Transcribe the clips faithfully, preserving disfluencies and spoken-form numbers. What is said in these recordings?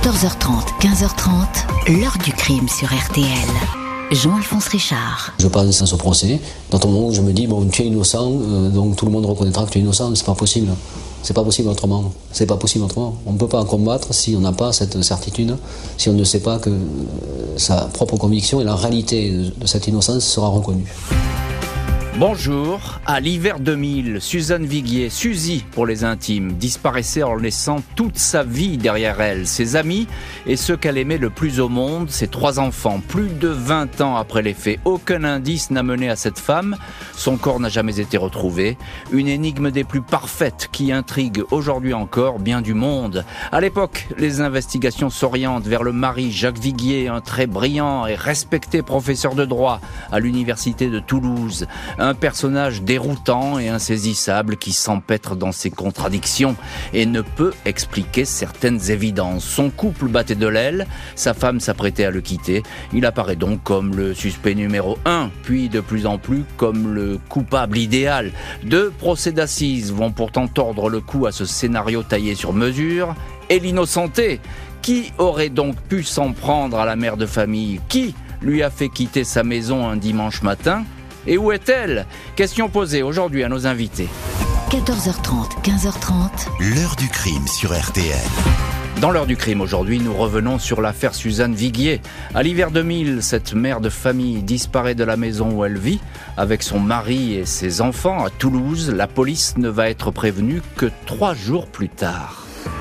quatorze heures trente, quinze heures trente, l'heure du crime sur R T L. Jean-Alphonse Richard. Je pense à ce procès, dans un moment où je me dis, bon, tu es innocent, euh, donc tout le monde reconnaîtra que tu es innocent, c'est pas possible. C'est pas possible autrement. C'est pas possible autrement. On ne peut pas en combattre si on n'a pas cette certitude, si on ne sait pas que euh, sa propre conviction et la réalité de, de cette innocence sera reconnue. Bonjour, à l'hiver deux mille, Suzanne Viguier, Suzy pour les intimes, disparaissait en laissant toute sa vie derrière elle, ses amis et ceux qu'elle aimait le plus au monde, ses trois enfants. Plus de vingt ans après les faits, aucun indice n'a mené à cette femme, son corps n'a jamais été retrouvé, une énigme des plus parfaites qui intrigue aujourd'hui encore bien du monde. À l'époque, les investigations s'orientent vers le mari Jacques Viguier, un très brillant et respecté professeur de droit à l'université de Toulouse. Un personnage déroutant et insaisissable qui s'empêtre dans ses contradictions et ne peut expliquer certaines évidences. Son couple battait de l'aile, sa femme s'apprêtait à le quitter. Il apparaît donc comme le suspect numéro un, puis de plus en plus comme le coupable idéal. Deux procès d'assises vont pourtant tordre le cou à ce scénario taillé sur mesure. Et l'innocenté, qui aurait donc pu s'en prendre à la mère de famille? Qui lui a fait quitter sa maison un dimanche matin? Et où est-elle? Question posée aujourd'hui à nos invités. quatorze heures trente, quinze heures trente. L'heure du crime sur R T L. Dans l'heure du crime aujourd'hui, nous revenons sur l'affaire Suzanne Viguier. À l'hiver deux mille, cette mère de famille disparaît de la maison où elle vit avec son mari et ses enfants à Toulouse. La police ne va être prévenue que trois jours plus tard.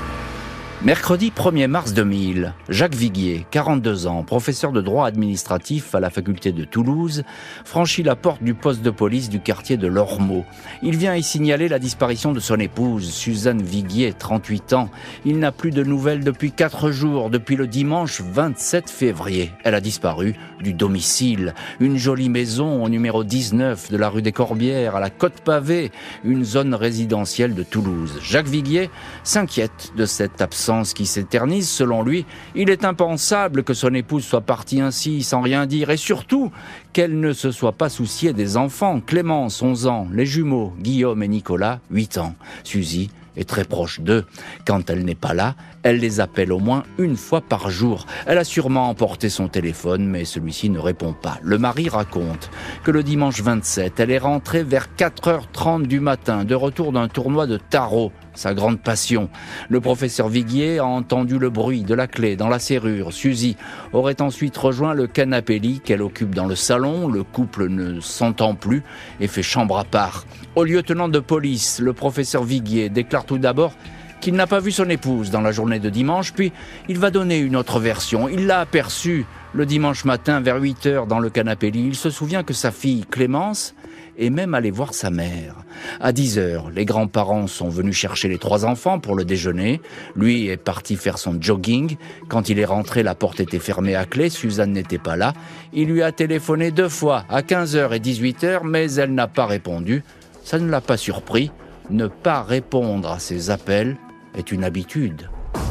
Mercredi premier mars deux mille, Jacques Viguier, quarante-deux ans, professeur de droit administratif à la faculté de Toulouse, franchit la porte du poste de police du quartier de l'Ormeau. Il vient y signaler la disparition de son épouse, Suzanne Viguier, trente-huit ans. Il n'a plus de nouvelles depuis quatre jours, depuis le dimanche vingt-sept février. Elle a disparu du domicile. Une jolie maison au numéro dix-neuf de la rue des Corbières, à la Côte-Pavée, une zone résidentielle de Toulouse. Jacques Viguier s'inquiète de cette absence qui s'éternise. Selon lui, il est impensable que son épouse soit partie ainsi, sans rien dire, et surtout qu'elle ne se soit pas souciée des enfants. Clémence, onze ans, les jumeaux, Guillaume et Nicolas, huit ans. Suzy est très proche d'eux. Quand elle n'est pas là, elle les appelle au moins une fois par jour. Elle a sûrement emporté son téléphone, mais celui-ci ne répond pas. Le mari raconte que le dimanche vingt-sept, elle est rentrée vers quatre heures trente du matin, de retour d'un tournoi de tarot, sa grande passion. Le professeur Viguier a entendu le bruit de la clé dans la serrure. Suzy aurait ensuite rejoint le canapé-lit qu'elle occupe dans le salon. Le couple ne s'entend plus et fait chambre à part. Au lieutenant de police, le professeur Viguier déclare tout d'abord qu'il n'a pas vu son épouse dans la journée de dimanche, puis il va donner une autre version. Il l'a aperçue le dimanche matin vers huit heures dans le canapé-lit. Il se souvient que sa fille Clémence est même allée voir sa mère. À dix heures, les grands-parents sont venus chercher les trois enfants pour le déjeuner. Lui est parti faire son jogging. Quand il est rentré, la porte était fermée à clé. Suzanne n'était pas là. Il lui a téléphoné deux fois, à quinze heures et dix-huit heures, mais elle n'a pas répondu. Ça ne l'a pas surpris. Ne pas répondre à ses appels est une habitude.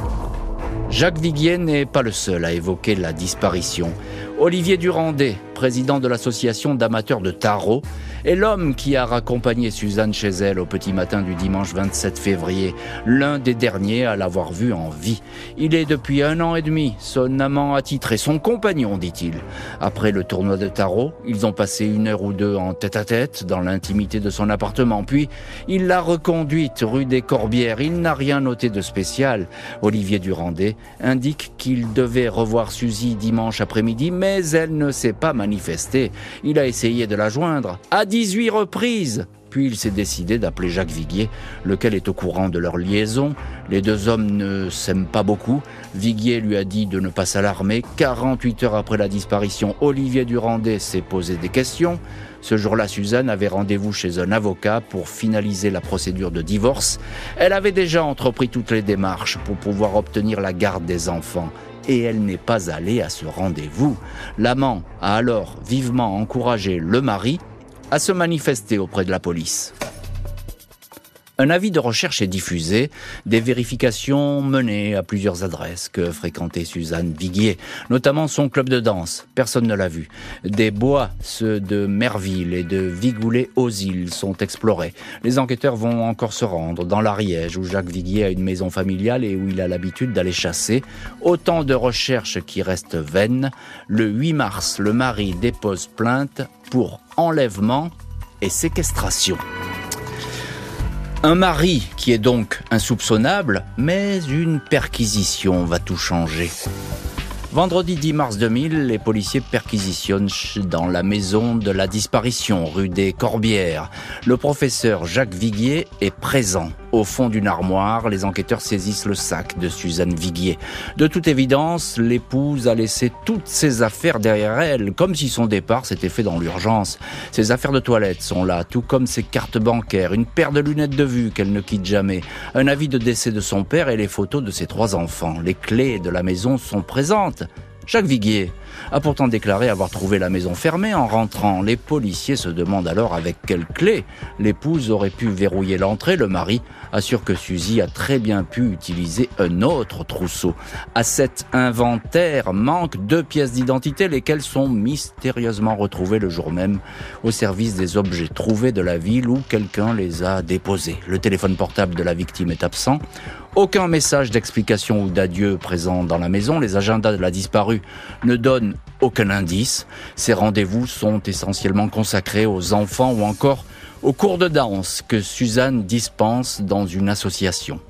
Jacques Viguier n'est pas le seul à évoquer la disparition. Olivier Durandé, président de l'association d'amateurs de tarot, est l'homme qui a raccompagné Suzanne chez elle au petit matin du dimanche vingt-sept février, l'un des derniers à l'avoir vue en vie. Il est depuis un an et demi son amant attitré, son compagnon, dit-il. Après le tournoi de tarot, ils ont passé une heure ou deux en tête-à-tête dans l'intimité de son appartement. Puis, il l'a reconduite rue des Corbières. Il n'a rien noté de spécial. Olivier Durandé indique qu'il devait revoir Suzy dimanche après-midi, mais elle ne s'est pas manifestée. Il a essayé de la joindre à dix-huit reprises. Puis il s'est décidé d'appeler Jacques Viguier, lequel est au courant de leur liaison. Les deux hommes ne s'aiment pas beaucoup. Viguier lui a dit de ne pas s'alarmer. quarante-huit heures après la disparition, Olivier Durandé s'est posé des questions. Ce jour-là, Suzanne avait rendez-vous chez un avocat pour finaliser la procédure de divorce. Elle avait déjà entrepris toutes les démarches pour pouvoir obtenir la garde des enfants. Et elle n'est pas allée à ce rendez-vous. L'amant a alors vivement encouragé le mari à se manifester auprès de la police. Un avis de recherche est diffusé, des vérifications menées à plusieurs adresses que fréquentait Suzanne Viguier, notamment son club de danse. Personne ne l'a vu. Des bois, ceux de Merville et de Vigoulé-aux-Îles, sont explorés. Les enquêteurs vont encore se rendre dans l'Ariège, où Jacques Viguier a une maison familiale et où il a l'habitude d'aller chasser. Autant de recherches qui restent vaines. Le huit mars, le mari dépose plainte pour enlèvement et séquestration. Un mari qui est donc insoupçonnable, mais une perquisition va tout changer. Vendredi dix mars deux mille, les policiers perquisitionnent dans la maison de la disparition, rue des Corbières. Le professeur Jacques Viguier est présent. Au fond d'une armoire, les enquêteurs saisissent le sac de Suzanne Viguier. De toute évidence, l'épouse a laissé toutes ses affaires derrière elle, comme si son départ s'était fait dans l'urgence. Ses affaires de toilette sont là, tout comme ses cartes bancaires, une paire de lunettes de vue qu'elle ne quitte jamais, un avis de décès de son père et les photos de ses trois enfants. Les clés de la maison sont présentes. Jacques Viguier a pourtant déclaré avoir trouvé la maison fermée en rentrant. Les policiers se demandent alors avec quelle clé l'épouse aurait pu verrouiller l'entrée. Le mari assure que Suzy a très bien pu utiliser un autre trousseau. À cet inventaire manquent deux pièces d'identité, lesquelles sont mystérieusement retrouvées le jour même au service des objets trouvés de la ville où quelqu'un les a déposés. Le téléphone portable de la victime est absent. Aucun message d'explication ou d'adieu présent dans la maison. Les agendas de la disparue ne donnent aucun indice. Ces rendez-vous sont essentiellement consacrés aux enfants ou encore aux cours de danse que Suzanne dispense dans une association.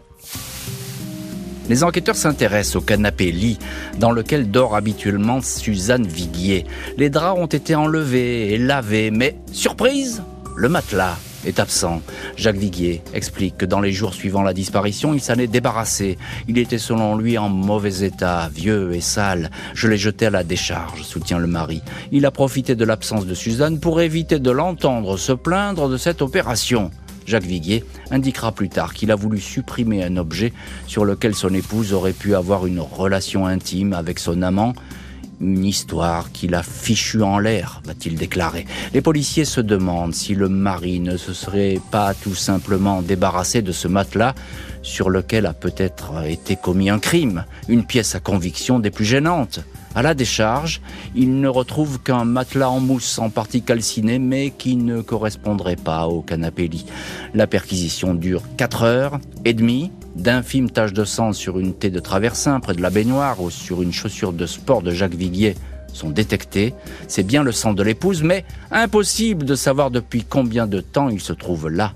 Les enquêteurs s'intéressent au canapé-lit dans lequel dort habituellement Suzanne Viguier. Les draps ont été enlevés et lavés, mais surprise, le matelas est absent. Jacques Viguier explique que dans les jours suivant la disparition, il s'en est débarrassé. Il était selon lui en mauvais état, vieux et sale. Je l'ai jeté à la décharge, soutient le mari. Il a profité de l'absence de Suzanne pour éviter de l'entendre se plaindre de cette opération. Jacques Viguier indiquera plus tard qu'il a voulu supprimer un objet sur lequel son épouse aurait pu avoir une relation intime avec son amant. Une histoire qu'il a fichue en l'air, va-t-il déclarer. Les policiers se demandent si le mari ne se serait pas tout simplement débarrassé de ce matelas sur lequel a peut-être été commis un crime, une pièce à conviction des plus gênantes. À la décharge, il ne retrouve qu'un matelas en mousse en partie calciné, mais qui ne correspondrait pas au canapé-lit. La perquisition dure quatre heures et demie. D'infimes taches de sang sur une taie de traversin près de la baignoire ou sur une chaussure de sport de Jacques Viguier sont détectées. C'est bien le sang de l'épouse, mais impossible de savoir depuis combien de temps il se trouve là.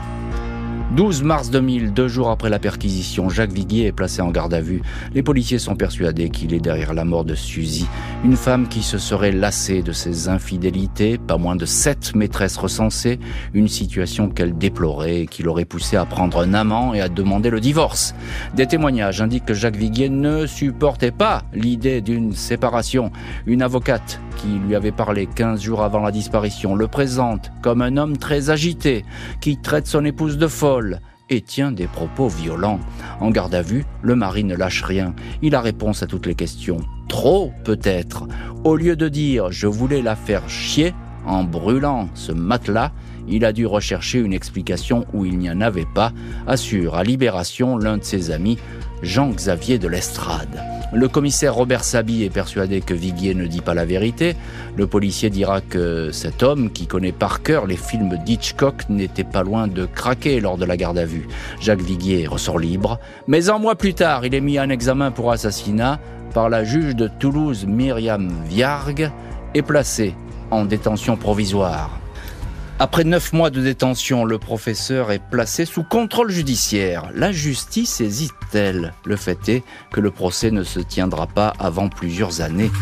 douze mars deux mille, deux jours après la perquisition, Jacques Viguier est placé en garde à vue. Les policiers sont persuadés qu'il est derrière la mort de Suzy, une femme qui se serait lassée de ses infidélités, pas moins de sept maîtresses recensées, une situation qu'elle déplorait et qui l'aurait poussé à prendre un amant et à demander le divorce. Des témoignages indiquent que Jacques Viguier ne supportait pas l'idée d'une séparation. Une avocate qui lui avait parlé quinze jours avant la disparition le présente comme un homme très agité, qui traite son épouse de folle et tient des propos violents. En garde à vue, le mari ne lâche rien. Il a réponse à toutes les questions. Trop, peut-être. Au lieu de dire « je voulais la faire chier » en brûlant ce matelas, il a dû rechercher une explication où il n'y en avait pas, assure à Libération l'un de ses amis, Jean-Xavier de l'Estrade. Le commissaire Robert Saby est persuadé que Viguier ne dit pas la vérité. Le policier dira que cet homme, qui connaît par cœur les films d'Hitchcock, n'était pas loin de craquer lors de la garde à vue. Jacques Viguier ressort libre, mais un mois plus tard, il est mis en examen pour assassinat par la juge de Toulouse, Myriam Viargue, et placé en détention provisoire. Après neuf mois de détention, le professeur est placé sous contrôle judiciaire. La justice hésite-t-elle ? Le fait est que le procès ne se tiendra pas avant plusieurs années.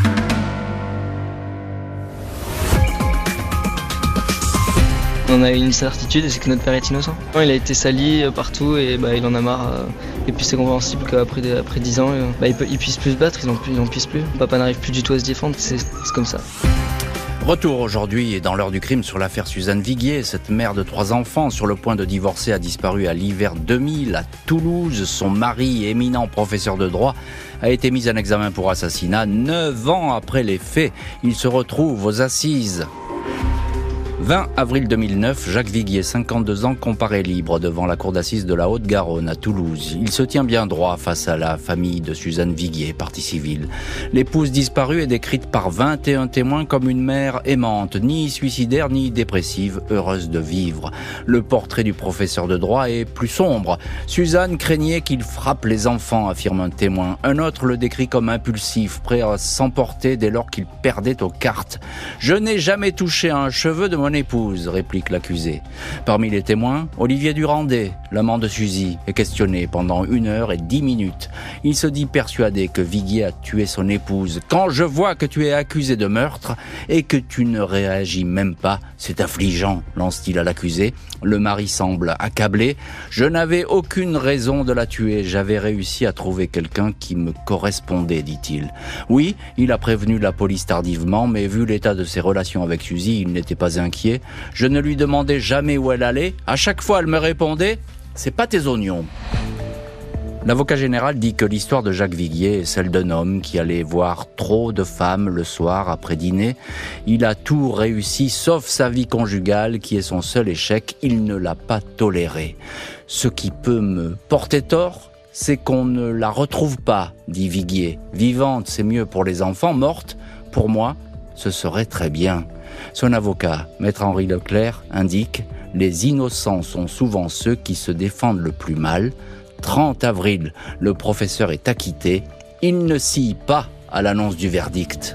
On a une certitude, c'est que notre père est innocent. Il a été sali partout et bah, il en a marre. Et puis c'est compréhensible qu'après après dix ans, bah, il ne puisse plus se battre, il n'en puisse plus. Papa n'arrive plus du tout à se défendre, c'est, c'est comme ça. Retour aujourd'hui et dans l'heure du crime sur l'affaire Suzanne Viguier. Cette mère de trois enfants sur le point de divorcer a disparu à l'hiver deux mille à Toulouse. Son mari, éminent professeur de droit, a été mis en examen pour assassinat. Neuf ans après les faits, il se retrouve aux assises. vingt avril deux mille neuf, Jacques Viguier, cinquante-deux ans, comparaît libre devant la cour d'assises de la Haute-Garonne à Toulouse. Il se tient bien droit face à la famille de Suzanne Viguier, partie civile. L'épouse disparue est décrite par vingt et un témoins comme une mère aimante, ni suicidaire ni dépressive, heureuse de vivre. Le portrait du professeur de droit est plus sombre. Suzanne craignait qu'il frappe les enfants, affirme un témoin. Un autre le décrit comme impulsif, prêt à s'emporter dès lors qu'il perdait aux cartes. « Je n'ai jamais touché un cheveu de mon épouse », réplique l'accusé. Parmi les témoins, Olivier Durandet, l'amant de Suzy, est questionné pendant une heure et dix minutes. Il se dit persuadé que Viguier a tué son épouse. « Quand je vois que tu es accusé de meurtre et que tu ne réagis même pas, c'est affligeant », lance-t-il à l'accusé. Le mari semble accablé. « Je n'avais aucune raison de la tuer. J'avais réussi à trouver quelqu'un qui me correspondait », dit-il. Oui, il a prévenu la police tardivement, mais vu l'état de ses relations avec Suzy, il n'était pas inquiet. Je ne lui demandais jamais où elle allait. À chaque fois, elle me répondait « C'est pas tes oignons ». L'avocat général dit que l'histoire de Jacques Viguier est celle d'un homme qui allait voir trop de femmes le soir après dîner. Il a tout réussi sauf sa vie conjugale qui est son seul échec. Il ne l'a pas tolérée. Ce qui peut me porter tort, c'est qu'on ne la retrouve pas, dit Viguier. Vivante, c'est mieux pour les enfants. Morte, pour moi, ce serait très bien. Son avocat, maître Henri Leclerc, indique « Les innocents sont souvent ceux qui se défendent le plus mal ». trente avril, le professeur est acquitté. Il ne scie pas à l'annonce du verdict.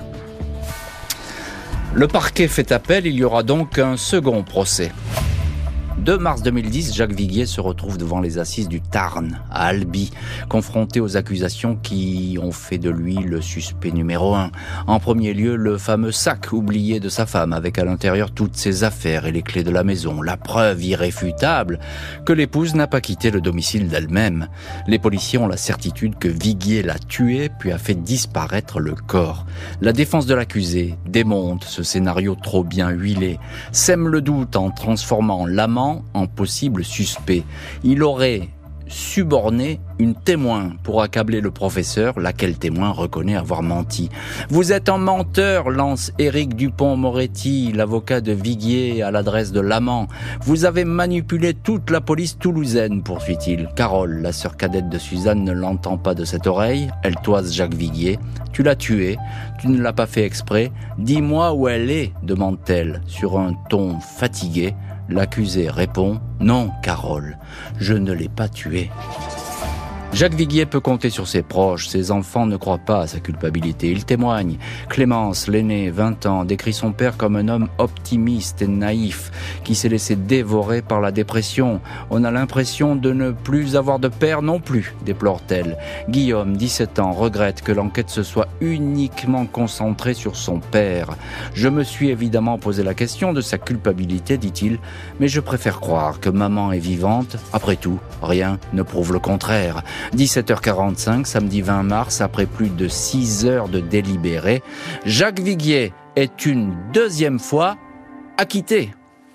Le parquet fait appel, il y aura donc un second procès. deux mars deux mille dix, Jacques Viguier se retrouve devant les assises du Tarn, à Albi, confronté aux accusations qui ont fait de lui le suspect numéro un. En premier lieu, le fameux sac oublié de sa femme, avec à l'intérieur toutes ses affaires et les clés de la maison. La preuve irréfutable que l'épouse n'a pas quitté le domicile d'elle-même. Les policiers ont la certitude que Viguier l'a tué, puis a fait disparaître le corps. La défense de l'accusé démonte ce scénario trop bien huilé, sème le doute en transformant l'amant en possible suspect. Il aurait suborné une témoin pour accabler le professeur, laquelle témoin reconnaît avoir menti. « Vous êtes un menteur », lance Éric Dupond-Moretti, l'avocat de Viguier à l'adresse de l'amant. « Vous avez manipulé toute la police toulousaine », poursuit-il. Carole, la sœur cadette de Suzanne, ne l'entend pas de cette oreille. Elle toise Jacques Viguier. « Tu l'as tuée, tu ne l'as pas fait exprès. Dis-moi où elle est », demande-t-elle, sur un ton fatigué. L'accusé répond « Non, Carole, je ne l'ai pas tué ». Jacques Viguier peut compter sur ses proches. Ses enfants ne croient pas à sa culpabilité. Ils témoignent. Clémence, l'aînée, vingt ans, décrit son père comme un homme optimiste et naïf qui s'est laissé dévorer par la dépression. On a l'impression de ne plus avoir de père non plus, déplore-t-elle. Guillaume, dix-sept ans, regrette que l'enquête se soit uniquement concentrée sur son père. Je me suis évidemment posé la question de sa culpabilité, dit-il, mais je préfère croire que maman est vivante. Après tout, rien ne prouve le contraire. dix-sept heures quarante-cinq, samedi vingt mars, après plus de six heures de délibéré, Jacques Viguier est une deuxième fois acquitté.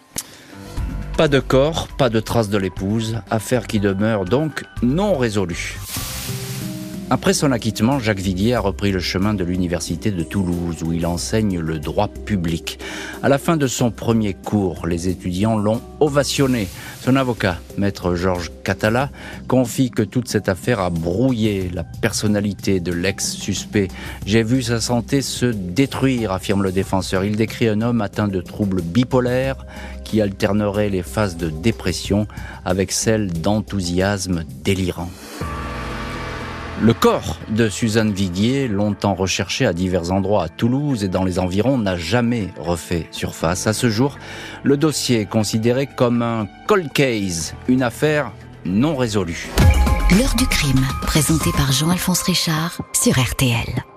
Pas de corps, pas de traces de l'épouse, affaire qui demeure donc non résolue. Après son acquittement, Jacques Viguier a repris le chemin de l'université de Toulouse, où il enseigne le droit public. À la fin de son premier cours, les étudiants l'ont ovationné. Son avocat, maître Georges Catala, confie que toute cette affaire a brouillé la personnalité de l'ex-suspect. « J'ai vu sa santé se détruire », affirme le défenseur. Il décrit un homme atteint de troubles bipolaires qui alternerait les phases de dépression avec celles d'enthousiasme délirant. Le corps de Suzanne Viguier, longtemps recherché à divers endroits à Toulouse et dans les environs, n'a jamais refait surface. À ce jour, le dossier est considéré comme un cold case, une affaire non résolue. L'heure du crime, présenté par Jean-Alphonse Richard sur R T L.